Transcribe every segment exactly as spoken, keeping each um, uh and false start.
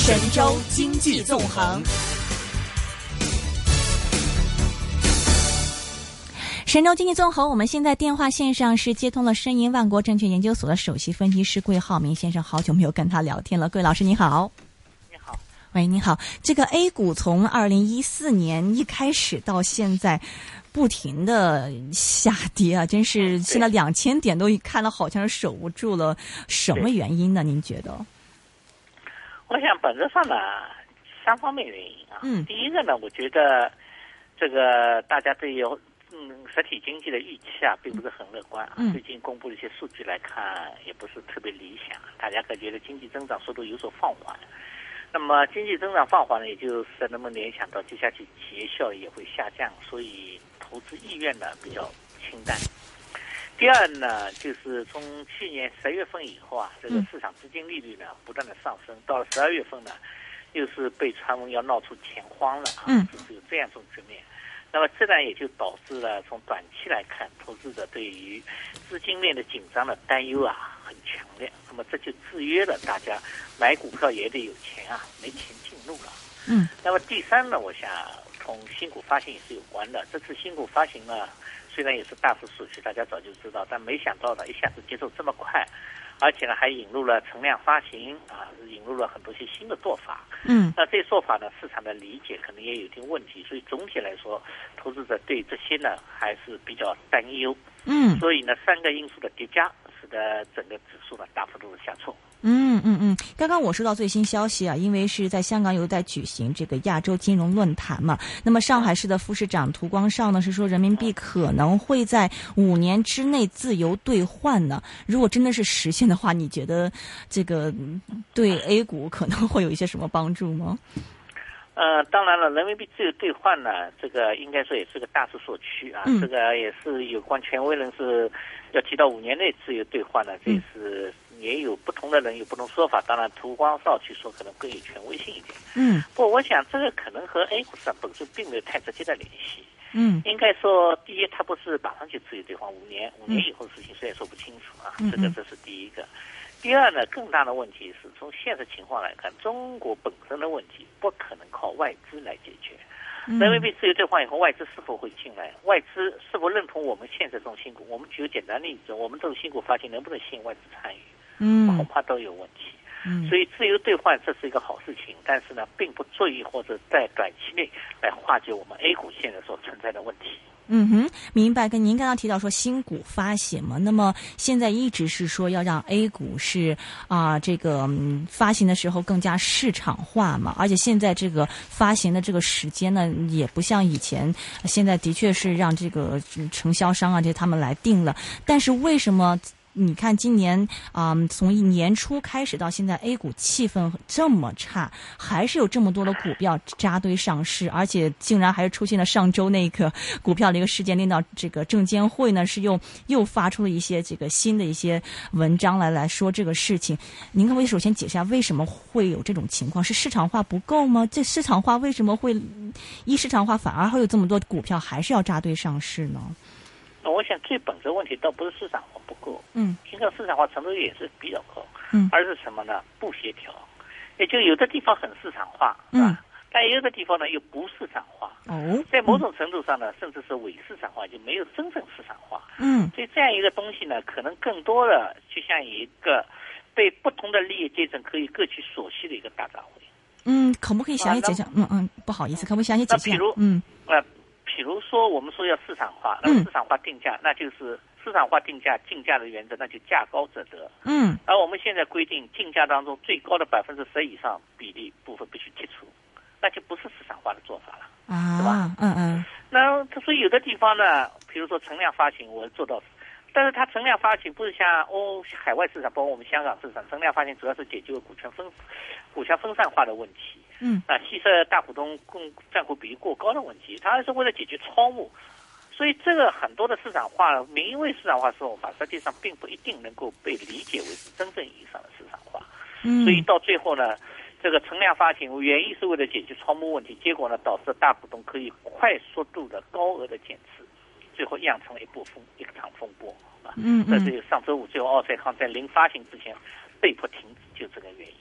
神州经济纵横。神州经济综合，我们现在电话线上是接通了申银万国证券研究所的首席分析师桂浩明先生，好久没有跟他聊天了。桂老师你好。 你好。 喂，你好。这个 A 股从二零一四年一开始到现在不停的下跌啊，真是现在两千点都看了好像是守不住了，什么原因呢？您觉得？ 我想本质上呢，三方面原因啊。嗯。第一个呢，我觉得这个大家对于嗯，实体经济的预期啊，并不是很乐观啊。 嗯、 最近公布的一些数据来看，也不是特别理想。大家感觉的经济增长速度有所放缓。那么经济增长放缓呢，也就是能不能联想到接下去企业效益也会下降，所以投资意愿呢比较清淡。第二呢，就是从去年十月份以后啊，这个市场资金利率呢不断的上升，到了十二月份呢，又是被传闻要闹出钱荒了啊，就是有这样一种局面。那么这呢也就导致了从短期来看，投资者对于资金链的紧张的担忧啊很强烈。那么这就制约了大家买股票也得有钱啊，没钱进入了。 嗯。 那么第三呢，我想同新股发行也是有关的。这次新股发行呢，虽然也是大势所趋，大家早就知道，但没想到呢一下子节奏这么快。而且呢，还引入了存量发行啊，引入了很多些新的做法。 嗯， 那这些做法呢，市场的理解可能也有一定问题，所以总体来说，投资者对这些呢还是比较担忧。 嗯， 所以呢，三个因素的叠加，使得整个指数呢大幅度的下挫。 嗯嗯嗯，刚刚我收到最新消息啊，因为是在香港有在举行这个亚洲金融论坛嘛，那么上海市的副市长涂光绍呢是说人民币可能会在五年之内自由兑换呢。如果真的是实现的话，你觉得这个对 A 股可能会有一些什么帮助吗？ 呃，当然了，人民币自由兑换呢，这个应该说也是个大势所趋啊。 嗯、 这个也是有关权威人士要提到五年内自由兑换呢，这也是。也有不同的人有不同说法，当然涂光绍去说可能更有权威性一点。 嗯， 不过我想这个可能和 A 股市场本身并没有太直接的联系。 嗯， 应该说，第一，它不是马上就自由兑换，五年五年以后的事情谁也说不清楚啊。 嗯、 这个这是第一个。第二呢，更大的问题是从现实情况来看，中国本身的问题不可能靠外资来解决。人民币自由兑换以后，外资是否会进来？外资是否认同我们现在这种新股？我们举个简单例子，我们这种新股发行能不能吸引外资参与？ 嗯， 恐怕都有问题。 嗯， 所以自由兑换这是一个好事情，但是呢，并不足以或者在短期内来化解我们 A 股现在所存在的问题。 嗯哼，明白。跟您刚刚提到说新股发行嘛，那么现在一直是说要让 A 股是啊、呃、这个、嗯、发行的时候更加市场化嘛，而且现在这个发行的这个时间呢，也不像以前，现在的确是让这个承销商啊这他们来定了，但是为什么？你看今年啊、嗯，从一年初开始到现在 A 股气氛这么差，还是有这么多的股票扎堆上市，而且竟然还是出现了上周那个股票的一个事件，令到这个证监会呢是又又发出了一些这个新的一些文章来来说这个事情。您可不可以首先解释一下为什么会有这种情况？是市场化不够吗？这市场化为什么会一市场化反而会有这么多股票还是要扎堆上市呢？ 我想最本质问题倒不是市场化不够， 嗯， 应该市场化程度也是比较高， 嗯， 而是什么呢？不协调，也就有的地方很市场化， 嗯， 但有的地方呢又不市场化， 哦， 在某种程度上呢，甚至是伪市场化，就没有真正市场化， 嗯， 所以这样一个东西呢，可能更多的就像一个被不同的利益阶层可以各取所需的一个大杂烩。 嗯，可不可以详细讲讲？嗯嗯，不好意思，可不可以详细解释？ 那比如， 嗯， 呃。比如说，我们说要市场化，那么市场化定价，嗯、那就是市场化定价竞价的原则，那就价高者得。 嗯， 而我们现在规定，竞价当中最高的百分之十以上比例部分必须剔除，那就不是市场化的做法了， 啊， 是吧？ 嗯嗯。 那所以有的地方呢，比如说存量发行，我做到。但是它存量发行不是像欧海外市场，包括我们香港市场，存量发行主要是解决股权分股权分散化的问题。 嗯， 啊，稀释大股东共占股比例过高的问题，它还是为了解决超募。所以这个很多的市场化，名为市场化说法，实际上并不一定能够被理解为是真正意义上的市场化。 嗯， 所以到最后呢，这个存量发行原意是为了解决超募问题，结果呢导致大股东可以快速度的高额的减持。最后酿成了一波风一场风波啊！ 嗯嗯， 这是上周五最后奥赛康在零发行之前被迫停止，就这个原因。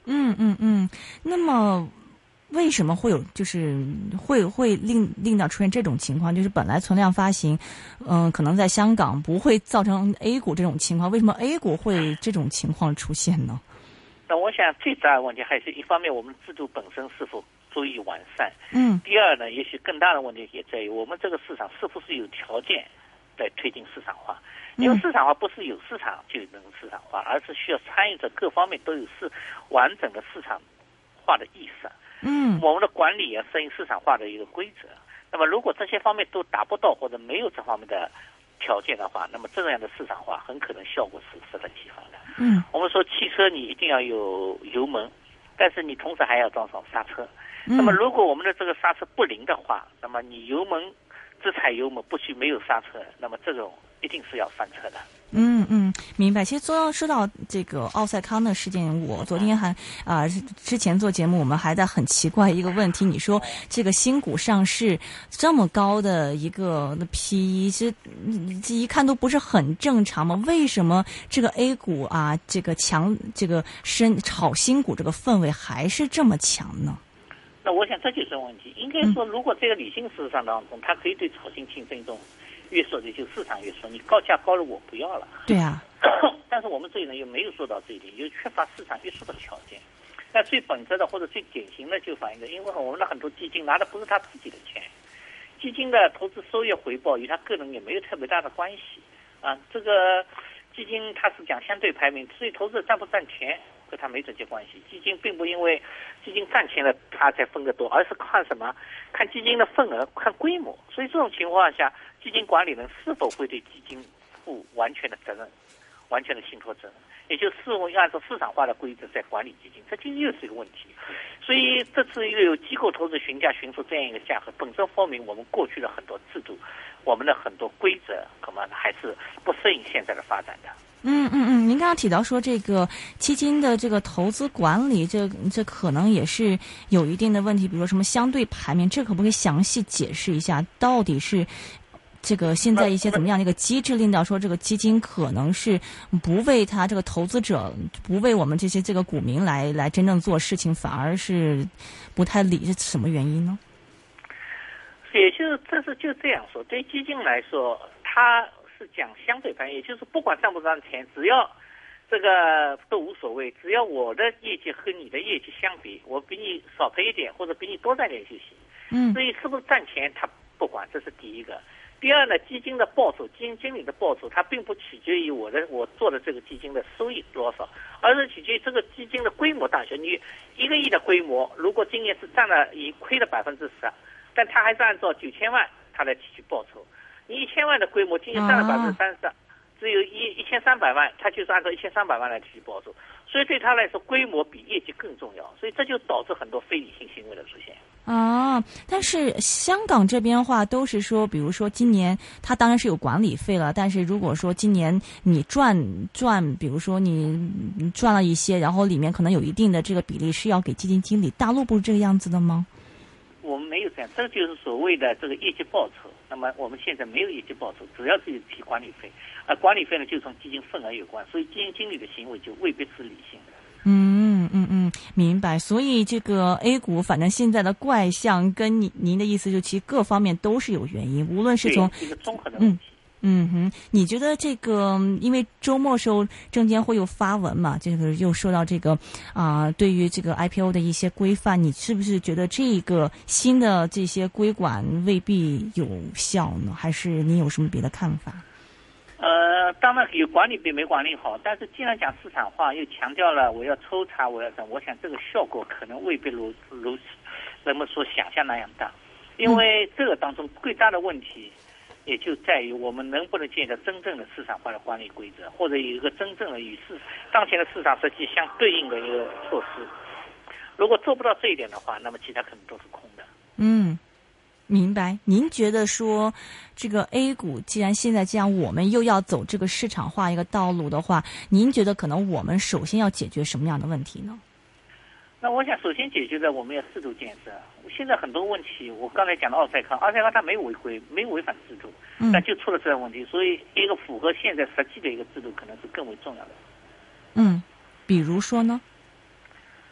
嗯嗯嗯，那么为什么会有就是会会令令到出现这种情况？就是本来存量发行，嗯、呃，可能在香港不会造成 A 股这种情况，为什么 A 股会这种情况出现呢？ 那我想最大的问题还是一方面我们制度本身是否足以完善， 嗯， 第二呢，也许更大的问题也在于我们这个市场是不是有条件来推进市场化。因为市场化不是有市场就能市场化，而是需要参与者各方面都有市完整的市场化的意识。 嗯， 我们的管理要适应市场化的一个规则。那么如果这些方面都达不到或者没有这方面的条件的话，那么这样的市场化很可能效果是适得其反的。 嗯， 我们说汽车你一定要有油门，但是你同时还要装上刹车。 嗯、 那么如果我们的这个刹车不灵的话，那么你油门只踩油门不去没有刹车，那么这种一定是要翻车的。 嗯嗯，明白。其实说说到这个奥赛康的事件，我昨天还啊、呃、之前做节目，我们还在很奇怪一个问题。你说这个新股上市这么高的一个 P E， 其实这一看都不是很正常嘛？为什么这个 A 股啊，这个强这个深炒新股这个氛围还是这么强呢？ 那我想这就是问题。应该说，如果这个理性市场当中，它可以对炒新形成一种约束的，就市场约束，你高价高了我不要了。 对啊。 但是我们这里呢又没有做到这一点，又缺乏市场约束的条件。那最本质的或者最典型的就反映着，因为我们的很多基金拿的不是他自己的钱，基金的投资收益回报与他个人也没有特别大的关系啊。这个基金它是讲相对排名，所以投资者赚不赚钱和它没直接关系。基金并不因为基金赚钱了它才分得多，而是看什么？看基金的份额，看规模。所以这种情况下，基金管理人是否会对基金负完全的责任，完全的信托责任，也就是否按照市场化的规则在管理基金，这其实又是一个问题。所以这次又有机构投资询价询出这样一个价格，本身说明我们过去的很多制度，我们的很多规则，可能还是不适应现在的发展的。 嗯嗯嗯，您刚刚提到说这个基金的这个投资管理，这这可能也是有一定的问题，比如说什么相对排名，这可不可以详细解释一下，到底是这个现在一些怎么样的一个机制，令到说这个基金可能是不为他这个投资者，不为我们这些这个股民来来真正做事情，反而是不太理，是什么原因呢？ 也就是这是就这样说，对基金来说，它是讲相对盘，也就是不管赚不赚钱，只要这个都无所谓，只要我的业绩和你的业绩相比，我比你少赔一点或者比你多赚点就行。 嗯， 所以是不是赚钱他不管，这是第一个。第二呢，基金的报酬，基金经理的报酬，它并不取决于我的我做的这个基金的收益多少，而是取决于这个基金的规模大小。你一个亿的规模，如果今年是占了以亏了百分之十，但他还是按照九千万他来提取报酬。你一千万的规模，今年占了百分之三十，只有一一千三百万，他就是按照一千三百万来提取报酬。所以对他来说，规模比业绩更重要。所以这就导致很多非理性行为的出现。 啊，但是香港这边话都是说，比如说今年它当然是有管理费了，但是如果说今年你赚赚，比如说你赚了一些，然后里面可能有一定的这个比例是要给基金经理。大陆不是这个样子的吗？ 我们没有这样，这就是所谓的这个业绩报酬。那么我们现在没有业绩报酬，只要自己提管理费，而管理费呢就从基金份额有关，所以基金经理的行为就未必是理性的。 嗯嗯嗯，明白。所以这个 A 股，反正现在的怪象，跟您您的意思就其实各方面都是有原因，无论是从一个综合的问题。 嗯哼，你觉得这个，因为周末时候证监会又发文嘛，这个又说到这个啊、呃，对于这个 I P O 的一些规范，你是不是觉得这个新的这些规管未必有效呢？还是你有什么别的看法？ 呃，当然有管理比没管理好，但是既然讲市场化，又强调了我要抽查，我要怎，我想这个效果可能未必如如人们所想象那样大，因为这个当中最大的问题。也就在于我们能不能建立真正的市场化的管理规则，或者有一个真正的与市当前的市场实际相对应的一个措施。如果做不到这一点的话，那么其他可能都是空的。 嗯，明白。您觉得说这个 A 股既然现在这样，我们又要走这个市场化一个道路的话，您觉得可能我们首先要解决什么样的问题呢？ 那我想首先解决的我们要制度建设。现在很多问题，我刚才讲的奥赛康，奥赛康它没有违规，没有违反制度，但就出了这样问题，所以一个符合现在实际的一个制度可能是更为重要的。 嗯，比如说呢？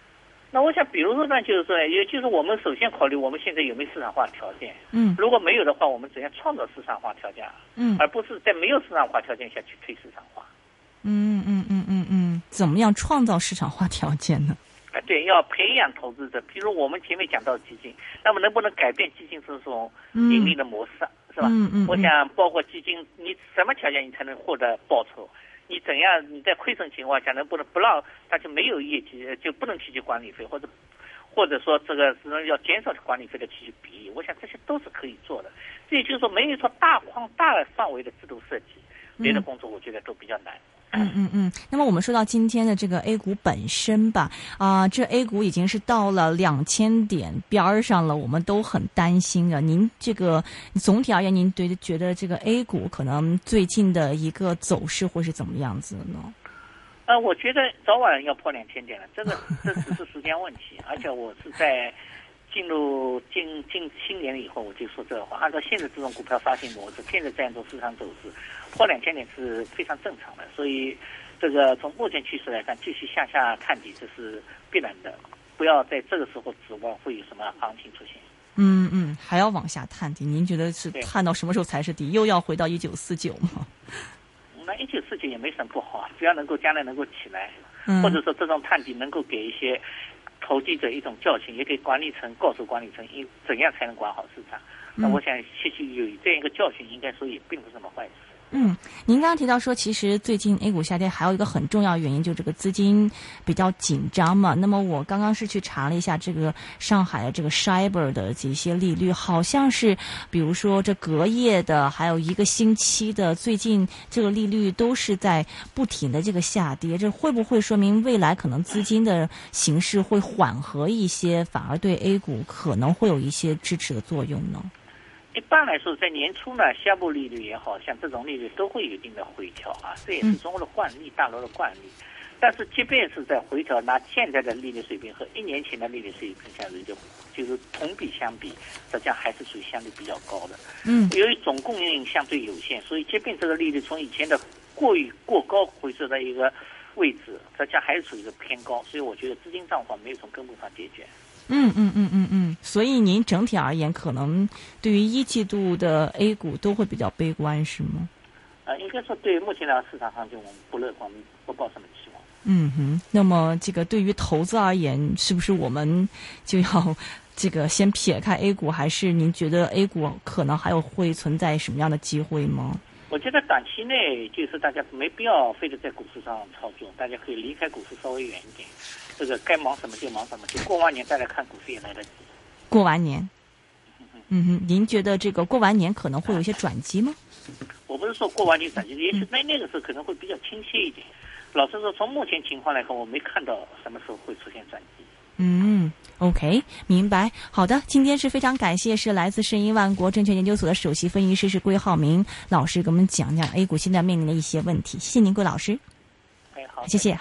那我想，比如说呢，就是说，也就是我们首先考虑我们现在有没有市场化条件。 嗯， 如果没有的话，我们怎样创造市场化条件？ 嗯， 而不是在没有市场化条件下去推市场化。 嗯嗯嗯嗯嗯，怎么样创造市场化条件呢？ 啊，对，要培养投资者。比如我们前面讲到基金，那么能不能改变基金这种盈利的模式，嗯、是吧？ 嗯 嗯, 嗯。 我想，包括基金，你什么条件你才能获得报酬？你怎样？你在亏损情况下能不能不让他就没有业绩，就不能提取管理费，或者或者说这个是要减少管理费的提取比例？我想这些都是可以做的。这也就是说，没有说大框大范围的制度设计，别的工作我觉得都比较难。 嗯嗯嗯，那么我们说到今天的这个 A 股本身吧，啊、呃，这 A 股已经是到了两千点边上了，我们都很担心的。您这个总体而言，您对觉得这个 A 股可能最近的一个走势会是怎么样子呢？ 呃，我觉得早晚要破两千点了，这个这只是时间问题。而且我是在进入进进新年以后我就说这个话，按照现在这种股票发行模式，现在这样一种市场走势，破两千点是非常正常的。所以这个从目前趋势来看，继续向下探底这是必然的，不要在这个时候指望会有什么行情出现。 嗯嗯，还要往下探底，您觉得是探到什么时候才是底？又要回到一九四九吗？ 那一九四九也没什么不好啊，只要能够将来能够起来， 嗯、 或者说这种探底能够给一些投机者一种教训，也给管理层告诉管理层应怎样才能管好市场。那我想其实有这样一个教训，应该说也并不是什么坏事。 嗯，您刚刚提到说，其实最近 A 股下跌还有一个很重要原因，就是这个资金比较紧张嘛。那么我刚刚是去查了一下这个上海的这个 SHIBOR 的这些利率，好像是比如说这隔夜的，还有一个星期的，最近这个利率都是在不停的这个下跌。这会不会说明未来可能资金的形势会缓和一些，反而对 A 股可能会有一些支持的作用呢？ 一般来说，在年初呢，下部利率也好像这种利率都会有一定的回调啊，这也是中国的惯例，大陆的惯例。但是即便是在回调，拿现在的利率水平和一年前的利率水平相比，就就是同比相比，实际上还是属于相对比较高的。 嗯， 由于总供应相对有限，所以即便这个利率从以前的过于过高回收到一个位置，实际上还是处于一个偏高，所以我觉得资金状况没有从根本上解决。 嗯嗯嗯嗯嗯，所以您整体而言，可能对于一季度的 A 股都会比较悲观，是吗？ 呃，应该说对目前的市场行情我们不乐观，不抱什么期望。 嗯哼，那么这个对于投资而言，是不是我们就要这个先撇开 A 股，还是您觉得 A 股可能还有会存在什么样的机会吗？ 我觉得短期内就是大家没必要非得在股市上操作，大家可以离开股市稍微远一点。这个该忙什么就忙什么，就过完年再来看股市也来得及。 过完年，嗯哼，您觉得这个过完年可能会有一些转机吗？ 我不是说过完年转机，也许在那个时候可能会比较清晰一点。老实说，从目前情况来看，我没看到什么时候会出现转机。 嗯 ，OK， 明白。好的，今天是非常感谢，是来自申银万国证券研究所的首席分析师是桂浩明老师，给我们讲讲 A 股现在面临的一些问题。谢谢您，桂老师。 哎，好， 谢谢。